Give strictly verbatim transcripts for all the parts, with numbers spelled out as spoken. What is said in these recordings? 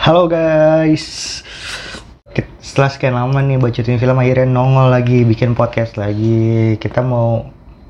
Halo guys, setelah sekian lama nih bacotin film akhirnya nongol lagi, bikin podcast lagi. Kita mau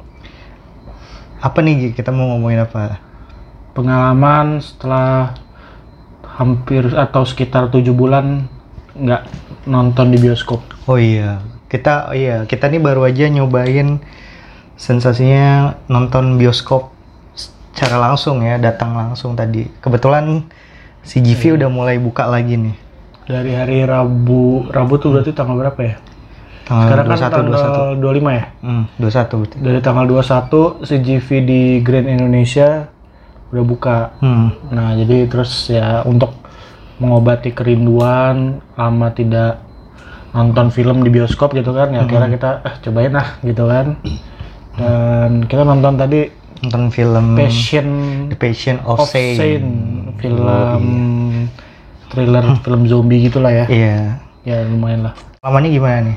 apa nih Gi? Kita mau ngomongin apa? Pengalaman setelah hampir atau sekitar tujuh bulan nggak nonton di bioskop. Oh iya, kita oh iya kita nih baru aja nyobain sensasinya nonton bioskop secara langsung ya, datang langsung tadi. Kebetulan si G V hmm. udah mulai buka lagi nih. Dari hari Rabu, Rabu tuh berarti tanggal berapa ya? Tanggal Sekarang dua puluh satu, kan tanggal dua puluh lima ya? Hmm, dua puluh satu betul. Dari tanggal dua puluh satu si G V di Grand Indonesia udah buka. Hmm. Nah, jadi terus ya untuk mengobati kerinduan lama tidak nonton film di bioskop gitu kan, ya kira kita eh cobain ah gitu kan. Dan kita nonton tadi nonton film Passion The Passion of, of Saint. Saint, film Oh, iya. thriller film zombie gitulah ya. Iya. Ya lumayan lah. Lamanya gimana nih?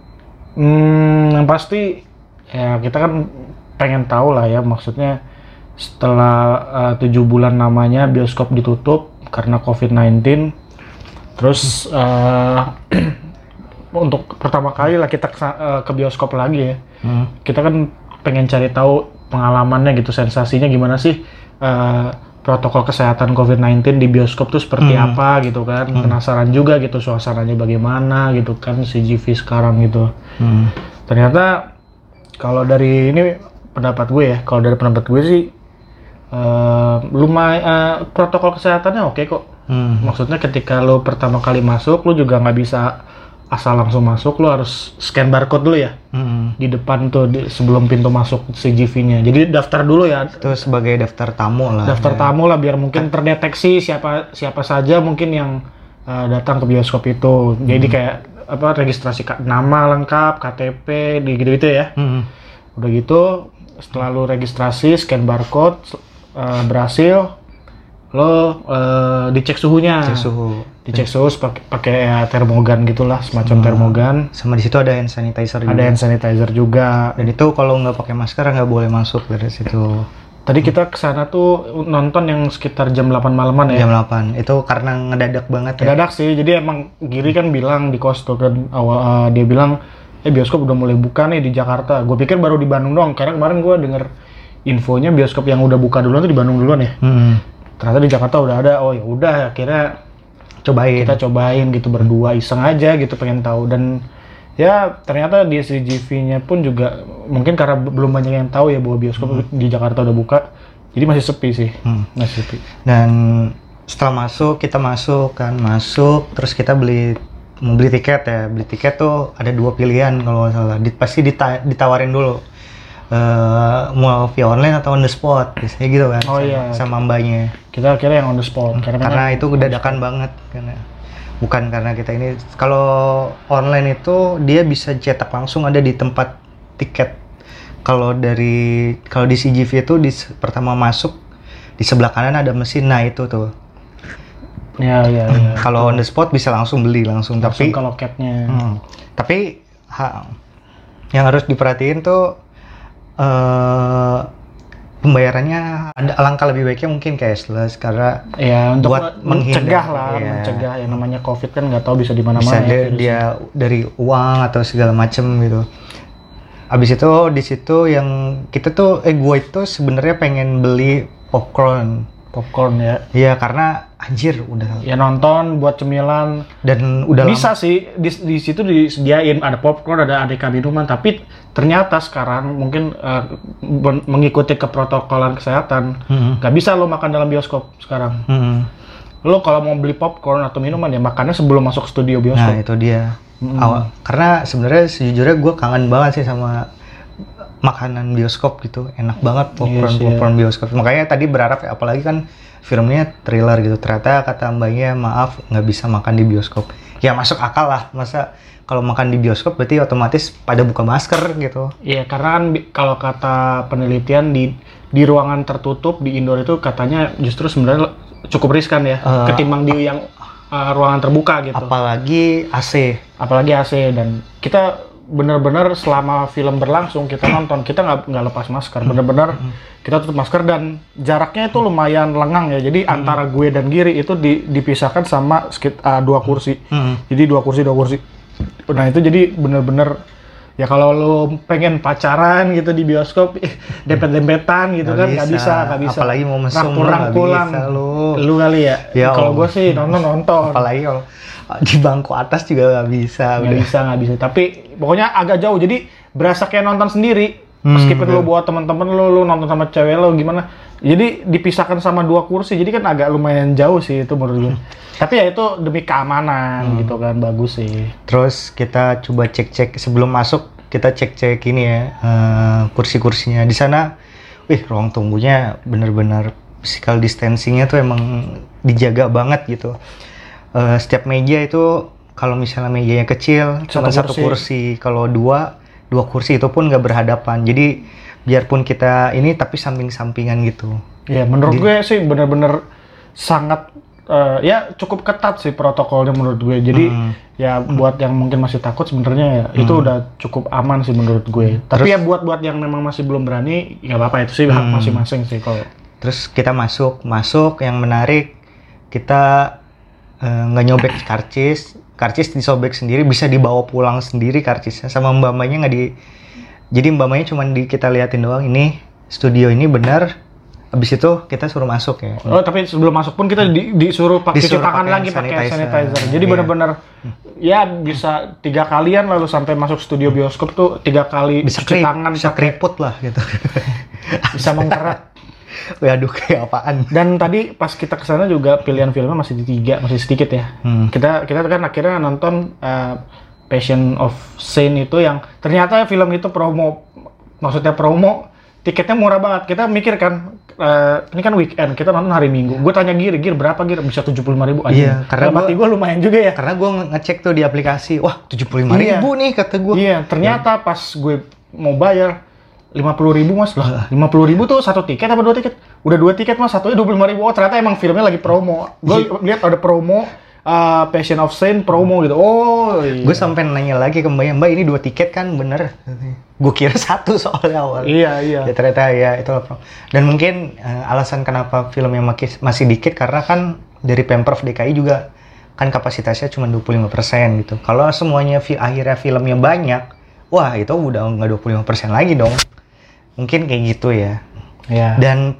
Hmm, yang pasti ya kita kan pengen tahu lah ya, maksudnya setelah uh, tujuh bulan namanya bioskop ditutup karena covid sembilan belas, terus uh, untuk pertama kali lah kita ke, uh, ke bioskop lagi ya. Hmm. Kita kan pengen cari tahu pengalamannya gitu, sensasinya gimana sih uh, protokol kesehatan covid sembilan belas di bioskop tuh seperti hmm. apa gitu kan. Hmm. Penasaran juga gitu suasananya bagaimana gitu kan si G V sekarang gitu. Hmm. Ternyata kalau dari ini pendapat gue ya, kalau dari pendapat gue sih uh, lumayan uh, protokol kesehatannya oke okay kok. Hmm. Maksudnya ketika lo pertama kali masuk lo juga nggak bisa asal langsung masuk, lo harus scan barcode dulu ya. Hmm. Di depan tuh di, sebelum pintu masuk C G V-nya. Jadi daftar dulu ya. Itu sebagai daftar tamu lah. Daftar ya. tamu lah biar mungkin terdeteksi siapa siapa saja mungkin yang uh, datang ke bioskop itu. Hmm. Jadi kayak apa registrasi nama lengkap, K T P, gitu-gitu ya. Hmm. Udah gitu setelah lo registrasi, scan barcode uh, berhasil, lo uh, dicek suhunya. Cek suhu. Dicek suhu pakai pakai ya, termogan gitulah, semacam hmm. termogan. Sama di situ ada hand sanitizer juga. Ada hand sanitizer juga. Dan itu kalau nggak pakai masker nggak boleh masuk dari situ. Tadi kita kesana tuh nonton yang sekitar jam delapan malaman ya. Jam delapan. Itu karena ngedadak banget ya. Ngedadak sih. Jadi emang Giri kan bilang di kos tuh kan awal uh, dia bilang eh bioskop udah mulai buka nih di Jakarta. Gue pikir baru di Bandung doang. Karena kemarin gue denger infonya bioskop yang udah buka duluan tuh di Bandung duluan ya. Hmm. Ternyata di Jakarta udah ada. Oh ya udah akhirnya cobain. Kita cobain gitu berdua, iseng aja gitu pengen tahu. Dan ya ternyata di C G V-nya pun juga mungkin karena belum banyak yang tahu ya bahwa bioskop hmm. di Jakarta udah buka. Jadi masih sepi sih. Hmm. Masih sepi. Dan setelah masuk, kita masuk kan, masuk terus kita beli mau beli tiket ya. Beli tiket tuh ada dua pilihan kalau nggak salah. Di, pasti dita, ditawarin dulu. Uh, mau via online atau on the spot, biasanya gitu kan. Oh iya. Sama mbaknya. Kita kira yang on the spot. Hmm, karena, karena itu dadakan banget karena bukan karena kita ini. Kalau online itu dia bisa cetak langsung ada di tempat tiket. Kalau dari kalau di C G V itu di pertama masuk di sebelah kanan ada mesin, nah itu tuh. Ya ya. ya kalau on the spot bisa langsung beli langsung, langsung tapi ke loketnya. Hmm, tapi ha, yang harus diperhatiin tuh Uh, pembayarannya ada alangkah lebih baiknya mungkin cashless karena ya untuk buat mencegah lah, ya. mencegah yang namanya COVID kan nggak tahu bisa di mana-mana. Bisa ya, dia, dia dari uang atau segala macem gitu. Abis itu di situ yang kita tuh, eh gue itu sebenarnya pengen beli popcorn. Popcorn ya. Iya karena anjir udah. Ya nonton buat cemilan dan udah bisa lama. sih di, di situ disediain ada popcorn, ada aneka minuman, tapi ternyata sekarang mungkin uh, mengikuti keprotokolan kesehatan nggak mm-hmm. bisa lo makan dalam bioskop sekarang. Mm-hmm. Lo kalau mau beli popcorn atau minuman ya makannya sebelum masuk studio bioskop. Nah itu dia. Mm-hmm. Awal, karena sebenarnya sejujurnya gue kangen banget sih sama makanan bioskop gitu, enak banget popcorn yes, popcorn yeah. bioskop. Makanya tadi berharap ya, apalagi kan filmnya thriller gitu. Ternyata kata mbaknya maaf nggak bisa makan di bioskop. Ya masuk akal lah, masa kalau makan di bioskop berarti otomatis pada buka masker gitu. Iya, karena kan kalau kata penelitian di di ruangan tertutup di indoor itu katanya justru sebenarnya cukup riskan ya, uh, ketimbang di yang uh, ruangan terbuka gitu. Apalagi A C. Apalagi A C dan kita benar-benar selama film berlangsung kita nonton, kita nggak nggak lepas masker, benar-benar kita tutup masker dan jaraknya itu lumayan lengang ya. Jadi hmm. antara gue dan Giri itu di, dipisahkan sama sekit, uh, dua kursi. Hmm. Jadi dua kursi dua kursi. Nah itu jadi benar-benar ya kalau lo pengen pacaran gitu di bioskop, dempet-dempetan gitu gak kan nggak bisa, nggak bisa. Apalagi mau mesum rangkul-rangkulan. Lu. lu kali ya. ya kalau gue sih nonton-nonton. Apalagi kalau di bangku atas juga nggak bisa. Nggak bisa, nggak bisa. Tapi pokoknya agak jauh. Jadi berasa kayak nonton sendiri. Meskipun hmm, lu buat teman-teman lu, lu nonton sama cewek lu gimana. Jadi dipisahkan sama dua kursi. Jadi kan agak lumayan jauh sih itu menurut gue. Tapi ya itu demi keamanan hmm. gitu kan, bagus sih. Terus kita coba cek-cek sebelum masuk, kita cek-cek ini ya uh, kursi-kursinya di sana. Wih, ruang tunggunya bener-bener physical distancingnya tuh emang dijaga banget gitu. Uh, setiap meja itu kalau misalnya mejanya kecil cuma satu kursi, kursi. Kalau dua dua kursi itu pun nggak berhadapan. Jadi biarpun kita ini tapi samping-sampingan gitu. Ya menurut Jadi, gue sih bener-bener sangat Uh, ya cukup ketat sih protokolnya menurut gue. Jadi hmm. ya buat yang mungkin masih takut sebenarnya ya hmm. itu udah cukup aman sih menurut gue. Terus, tapi ya buat buat yang memang masih belum berani nggak apa-apa, itu sih hak hmm. masing-masing sih kalau. Terus kita masuk masuk yang menarik, kita nggak uh, nyobek karcis, karcis disobek sendiri, bisa dibawa pulang sendiri karcisnya, sama mbak-mbaknya nggak di. Jadi mbak-mbaknya cuma di kita liatin doang, ini studio ini benar. Abis itu kita suruh masuk ya. Oh, tapi sebelum masuk pun kita di, disuruh pakai cuci tangan lagi pakai sanitizer. Jadi yeah. benar-benar ya bisa tiga kalian lalu sampai masuk studio bioskop tuh tiga kali bisa cuci krip, tangan, bisa keriput lah gitu. Bisa mengkerat. Waduh, kayak apaan. Dan tadi pas kita kesana juga pilihan filmnya masih di tiga, masih sedikit ya. Hmm. Kita kita kan akhirnya nonton uh, Passion of Saint itu yang ternyata film itu promo, maksudnya promo. Tiketnya murah banget. Kita mikir kan, uh, ini kan weekend, kita nonton hari Minggu. Gue tanya Gir, Gir berapa Gir? Bisa tujuh puluh lima ribu aja. Iya, karena mati gue lumayan juga ya. Karena gue ngecek tuh di aplikasi, wah tujuh puluh lima ribu iya. nih kata gue. Iya, ternyata ya. Pas gue mau bayar, lima puluh ribu mas lah. lima puluh ribu tuh satu tiket apa dua tiket? Udah dua tiket mas, satunya dua puluh lima ribu. Oh ternyata emang filmnya lagi promo. Gue lihat ada promo, uh, Passion of Saint promo gitu. Oh iya. Gue sampai nanya lagi ke mbak, mbak ini dua tiket kan bener? Gue kira satu soalnya awal. Iya, iya. Ya ternyata ya itu. Dan mungkin uh, alasan kenapa filmnya masih, masih dikit karena kan dari Pemprov D K I juga kan kapasitasnya cuma dua puluh lima persen gitu. Kalau semuanya fi- akhirnya filmnya banyak, wah itu udah nggak dua puluh lima persen lagi dong. Mungkin kayak gitu ya. Iya. Dan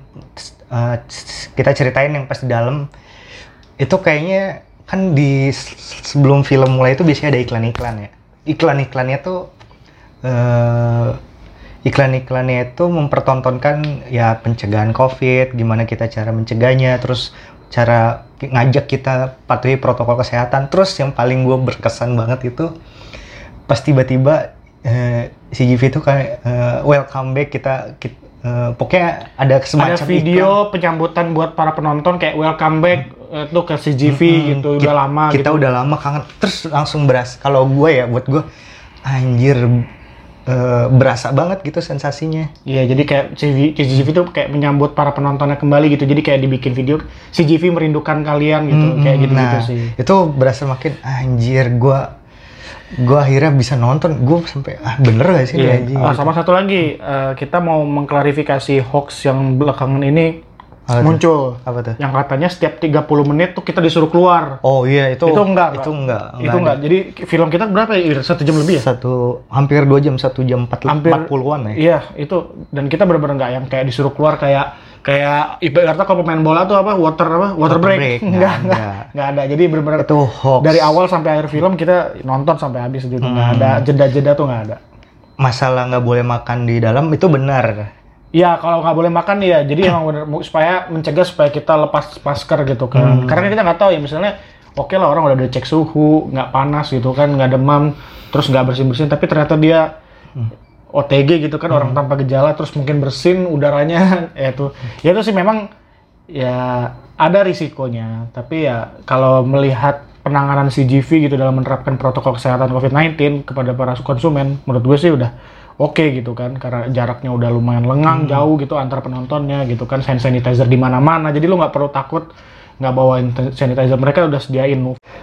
uh, kita ceritain yang pas di dalam itu kayaknya kan di sebelum film mulai itu biasanya ada iklan-iklan ya. Iklan-iklannya tuh Uh, iklan-iklannya itu mempertontonkan ya pencegahan COVID, gimana kita cara mencegahnya, terus cara ngajak kita patuhi protokol kesehatan. Terus yang paling gue berkesan banget itu pas tiba-tiba uh, C G V itu kayak uh, welcome back kita, kita uh, pokoknya ada semacam ada video iklan. Penyambutan buat para penonton kayak welcome back hmm. itu ke C G V hmm, gitu udah kita, lama kita gitu. udah lama kangen, terus langsung beras. Kalau gue ya buat gue anjir Uh, berasa banget gitu sensasinya. Iya, jadi kayak C G V itu kayak menyambut para penontonnya kembali gitu. Jadi kayak dibikin video C G V merindukan kalian gitu, hmm, kayak gitu-gitu nah, sih. Itu berasa makin anjir, gua gua akhirnya bisa nonton. Gua sampai ah bener gak sih iya. anjir. Oh, sama satu lagi, uh, kita mau mengklarifikasi hoax yang belakangan ini apa muncul. Apa tuh? Yang katanya setiap tiga puluh menit tuh kita disuruh keluar. Oh iya, itu itu enggak. Itu enggak. enggak itu enggak. Jadi film kita berapa ya? Satu jam lebih ya? Satu hampir dua jam, satu jam empat puluhan ya. Iya, itu. Dan kita benar-benar enggak yang kayak disuruh keluar kayak kayak ibaratnya kalau pemain bola tuh apa water apa water, water break, break. Enggak, enggak, enggak ada. Jadi benar-benar itu hoax. Dari awal sampai akhir film kita nonton sampai habis gitu. Enggak hmm. ada jeda-jeda tuh enggak ada. Masalah nggak boleh makan di dalam itu benar. Iya, kalau nggak boleh makan ya, jadi emang bener supaya mencegah supaya kita lepas masker gitu kan. Hmm. Karena kita nggak tahu ya, misalnya oke okay lah orang udah udah cek suhu, nggak panas gitu kan, nggak demam, terus nggak bersin-bersin, tapi ternyata dia hmm. O T G gitu kan, hmm. orang tanpa gejala, terus mungkin bersin udaranya, ya itu, ya itu sih memang ya ada risikonya. Tapi ya kalau melihat penanganan C G V gitu dalam menerapkan protokol kesehatan covid sembilan belas kepada para konsumen, menurut gue sih udah oke okay, gitu kan, karena jaraknya udah lumayan lengang, hmm. jauh gitu antar penontonnya gitu kan, hand sanitizer di mana-mana, jadi lu nggak perlu takut nggak bawain sanitizer, mereka udah sediain.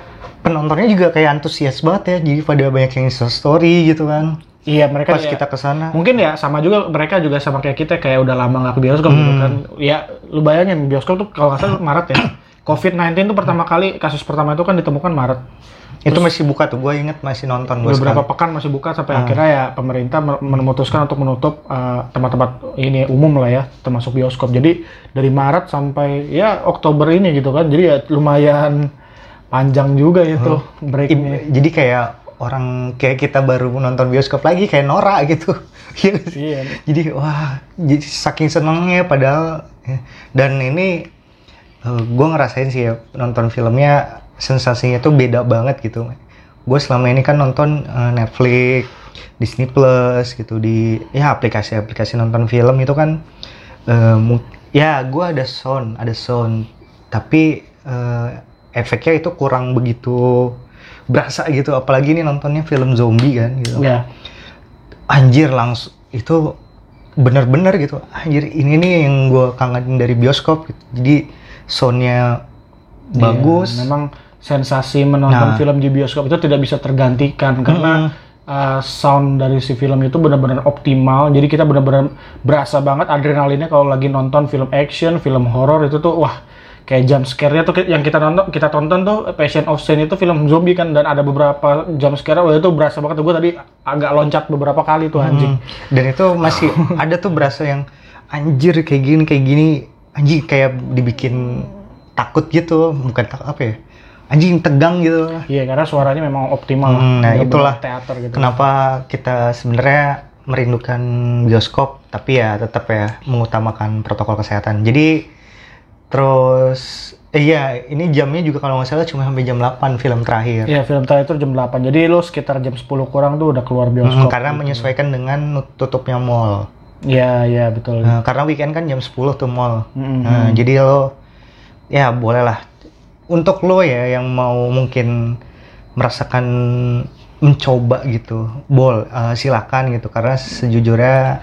penontonnya juga kayak antusias banget ya, jadi pada banyak yang Insta story gitu kan. Iya, mereka pas ya, kita kesana. Mungkin ya sama juga mereka juga sama kayak kita, kayak udah lama nggak ke bioskop hmm. gitu kan. Ya lu bayangin bioskop tuh kalau nggak salah Maret ya. covid sembilan belas tuh pertama kali, kasus pertama itu kan ditemukan Maret. Itu Terus, masih buka tuh, gue inget masih nonton. Beberapa sekali. pekan masih buka sampai hmm. akhirnya ya pemerintah memutuskan untuk menutup uh, tempat-tempat ini umum lah ya, termasuk bioskop. Jadi dari Maret sampai ya Oktober ini gitu kan. Jadi ya lumayan panjang juga itu hmm. breaknya. Jadi kayak orang kayak kita baru nonton bioskop lagi kayak Nora gitu. Iya. Jadi wah, jadi saking senengnya padahal dan ini uh, gue ngerasain sih ya nonton filmnya sensasinya tuh beda banget gitu. Gue selama ini kan nonton uh, Netflix, Disney Plus gitu di ya aplikasi-aplikasi nonton film itu kan uh, ya gue ada sound, ada sound tapi uh, efeknya itu kurang begitu berasa gitu, apalagi ini nontonnya film zombie kan gitu. Yeah. Anjir langsung itu bener-bener gitu. Anjir ini nih yang gue kangenin dari bioskop gitu. Jadi soundnya bagus. Yeah, memang sensasi menonton nah. film di bioskop itu tidak bisa tergantikan karena mm-hmm. uh, sound dari si film itu benar-benar optimal. Jadi kita benar-benar berasa banget adrenalinnya kalau lagi nonton film action, film horor itu tuh wah. Kayak jump scare-nya tuh yang kita nonton, kita tonton tuh Passion of Sin itu film zombie kan, dan ada beberapa jump scare, wah itu berasa banget. Gue tadi agak loncat beberapa kali tuh anjing. Hmm. Dan itu masih ada tuh berasa yang anjir kayak gini kayak gini, anjing kayak dibikin takut gitu, bukan takut apa ya? Anjing tegang gitu. Iya, karena suaranya memang optimal. Hmm, nah itulah teater gitu. Kenapa kita sebenarnya merindukan bioskop, tapi ya tetap ya mengutamakan protokol kesehatan. Jadi terus, eh, iya ini jamnya juga kalau nggak salah cuma sampai jam delapan film terakhir. Iya film terakhir itu jam delapan, jadi lo sekitar jam sepuluh kurang tuh udah keluar bioskop. Hmm, karena gitu. Menyesuaikan dengan tutupnya mall. Iya, iya betul. Nah, karena weekend kan jam sepuluh tuh mall. Mm-hmm. Nah, jadi lo, ya bolehlah. Untuk lo ya yang mau mungkin merasakan mencoba gitu, bol, uh, silakan gitu. Karena sejujurnya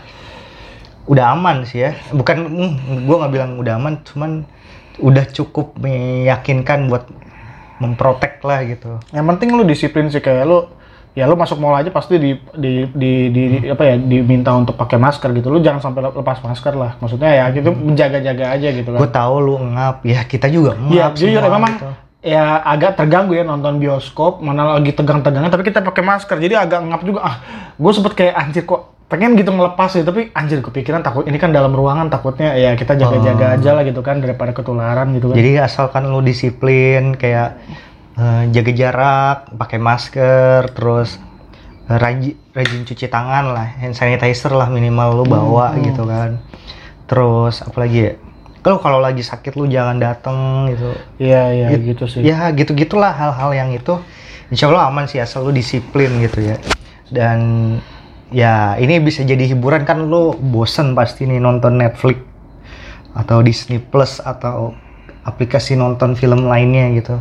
udah aman sih ya, bukan mm, gue nggak bilang udah aman, cuman udah cukup meyakinkan buat memprotek lah gitu. Yang penting lu disiplin sih, kayak lu ya lu masuk mall aja pasti di di di, di hmm. apa ya diminta untuk pakai masker gitu. Lu jangan sampai lepas masker lah, maksudnya ya gitu hmm. menjaga-jaga aja gitu kan. Gue tahu lu ngap, ya kita juga ngap. Iya jujur memang gitu. Ya agak terganggu ya nonton bioskop, mana lagi tegang-tegangnya tapi kita pakai masker, jadi agak ngap juga. Ah, gue sempet kayak anjir kok pengen gitu ngelepas ya, tapi anjir kepikiran takut ini kan dalam ruangan, takutnya ya kita jaga-jaga oh. aja lah gitu kan daripada ketularan gitu kan. Jadi asalkan lu disiplin kayak uh, jaga jarak, pakai masker, terus uh, rajin, rajin cuci tangan lah, hand sanitizer lah minimal lu bawa hmm. gitu kan. Terus apalagi ya? Kalau kalau lagi sakit lu jangan dateng gitu. Iya iya gitu, gitu sih. Ya gitu-gitulah hal-hal yang itu insya Allah aman sih asal lu disiplin gitu ya. Dan ya ini bisa jadi hiburan kan, lo bosen pasti nih nonton Netflix atau Disney Plus atau aplikasi nonton film lainnya gitu.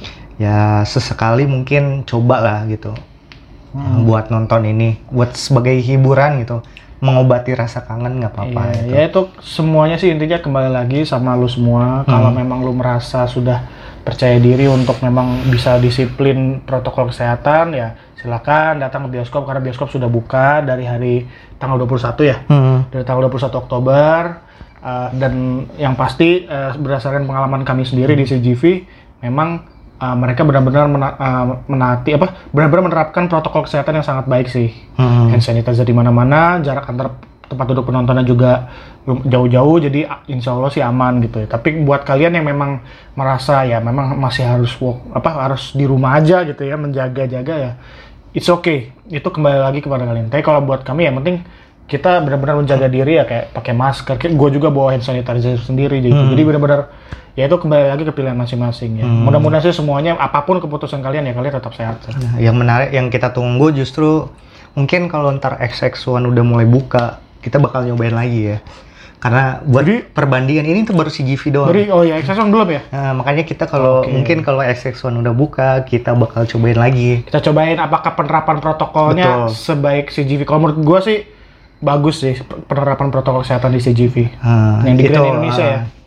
Ya sesekali mungkin coba lah gitu hmm. buat nonton ini, buat sebagai hiburan gitu, mengobati rasa kangen nggak apa-apa. Iya, gitu. Ya itu semuanya sih intinya kembali lagi sama lu semua. Hmm. Kalau memang lu merasa sudah percaya diri untuk memang bisa disiplin protokol kesehatan ya silakan datang ke bioskop, karena bioskop sudah buka dari hari tanggal dua puluh satu ya. Hmm. Dari tanggal dua puluh satu Oktober uh, dan yang pasti uh, berdasarkan pengalaman kami sendiri di C G V memang uh, mereka benar-benar mena- uh, menaati apa benar-benar menerapkan protokol kesehatan yang sangat baik sih. Hmm. Hand sanitizer di mana-mana, jarak antar tempat duduk penontonnya juga jauh-jauh, jadi insya Allah sih aman gitu ya. Tapi buat kalian yang memang merasa ya memang masih harus walk, apa harus di rumah aja gitu ya, menjaga-jaga ya, it's okay, itu kembali lagi kepada kalian. Tapi kalau buat kami yang penting kita benar-benar menjaga diri ya, kayak pakai masker. Gue juga bawa hand sanitizer sendiri gitu. Hmm. Jadi benar-benar ya itu kembali lagi ke pilihan masing-masing ya. Hmm. Mudah-mudahan sih semuanya apapun keputusan kalian ya kalian tetap sehat. Nah, yang menarik yang kita tunggu justru mungkin kalau ntar X X satu udah mulai buka, kita bakal nyobain lagi ya. Karena buat jadi, perbandingan ini tuh baru C G V doang. Jadi oh ya X X satu belum ya? Nah, makanya kita kalau okay. mungkin kalau X X satu udah buka, kita bakal cobain lagi. Kita cobain apakah penerapan protokolnya Betul. sebaik C G V. Kalau menurut gua sih bagus sih penerapan protokol kesehatan di C G V. Hmm, yang di Grand Indonesia uh, ya.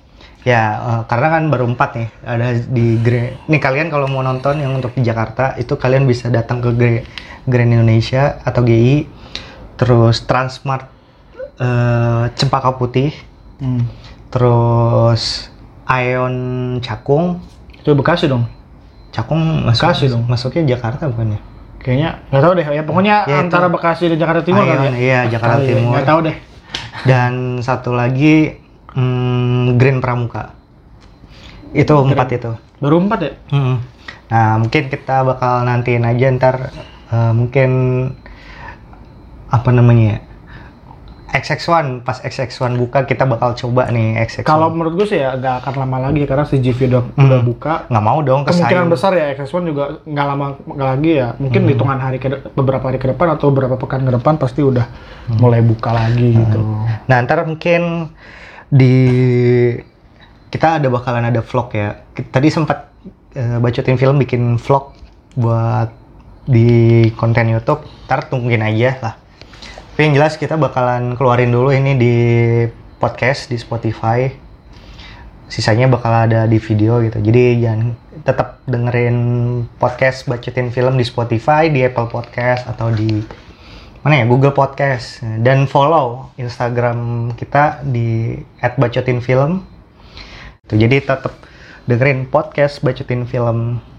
Ya, uh, karena kan baru empat nih, ada di Grand. Nih kalian kalau mau nonton yang untuk di Jakarta, itu kalian bisa datang ke Grand, Grand Indonesia atau G I, terus Transmart uh, Cempaka Putih, hmm. terus Ion Cakung. Itu Bekasi dong? Cakung masuk, Bekasi dong? Masuknya Jakarta bukan ya? Kayaknya, nggak tahu deh, ya pokoknya ya, antara itu. Bekasi dan Jakarta Timur Ion, kan ya? Iya, Jakarta Kali, Timur. Nggak tahu deh. Dan satu lagi, Hmm, Grand Pramuka. Itu Grand. Empat itu. Baru empat ya? Hmm. Nah, mungkin kita bakal nantiin aja ntar uh, mungkin apa namanya X X satu pas X X satu buka kita bakal coba nih X X satu. Kalau menurut gue sih ya nggak akan lama lagi karena si G V udah, hmm. udah buka. Nggak mau dong kesaing. Kemungkinan besar ya X X satu juga nggak lama nggak lagi ya. Mungkin hmm. hitungan hari ke beberapa hari ke depan atau beberapa pekan ke depan pasti udah hmm. mulai buka lagi hmm. gitu. Nah, ntar mungkin di kita ada bakalan ada vlog ya. Tadi sempat uh, bacotin film bikin vlog buat di konten YouTube. Ntar tungguin aja lah. Tapi yang jelas kita bakalan keluarin dulu ini di podcast di Spotify. Sisanya bakal ada di video gitu. Jadi jangan tetap dengerin podcast bacotin film di Spotify, di Apple Podcast atau di mana ya, Google Podcast, dan follow Instagram kita di et bacotin film. Tuh, jadi tetap dengerin podcast bacotin film.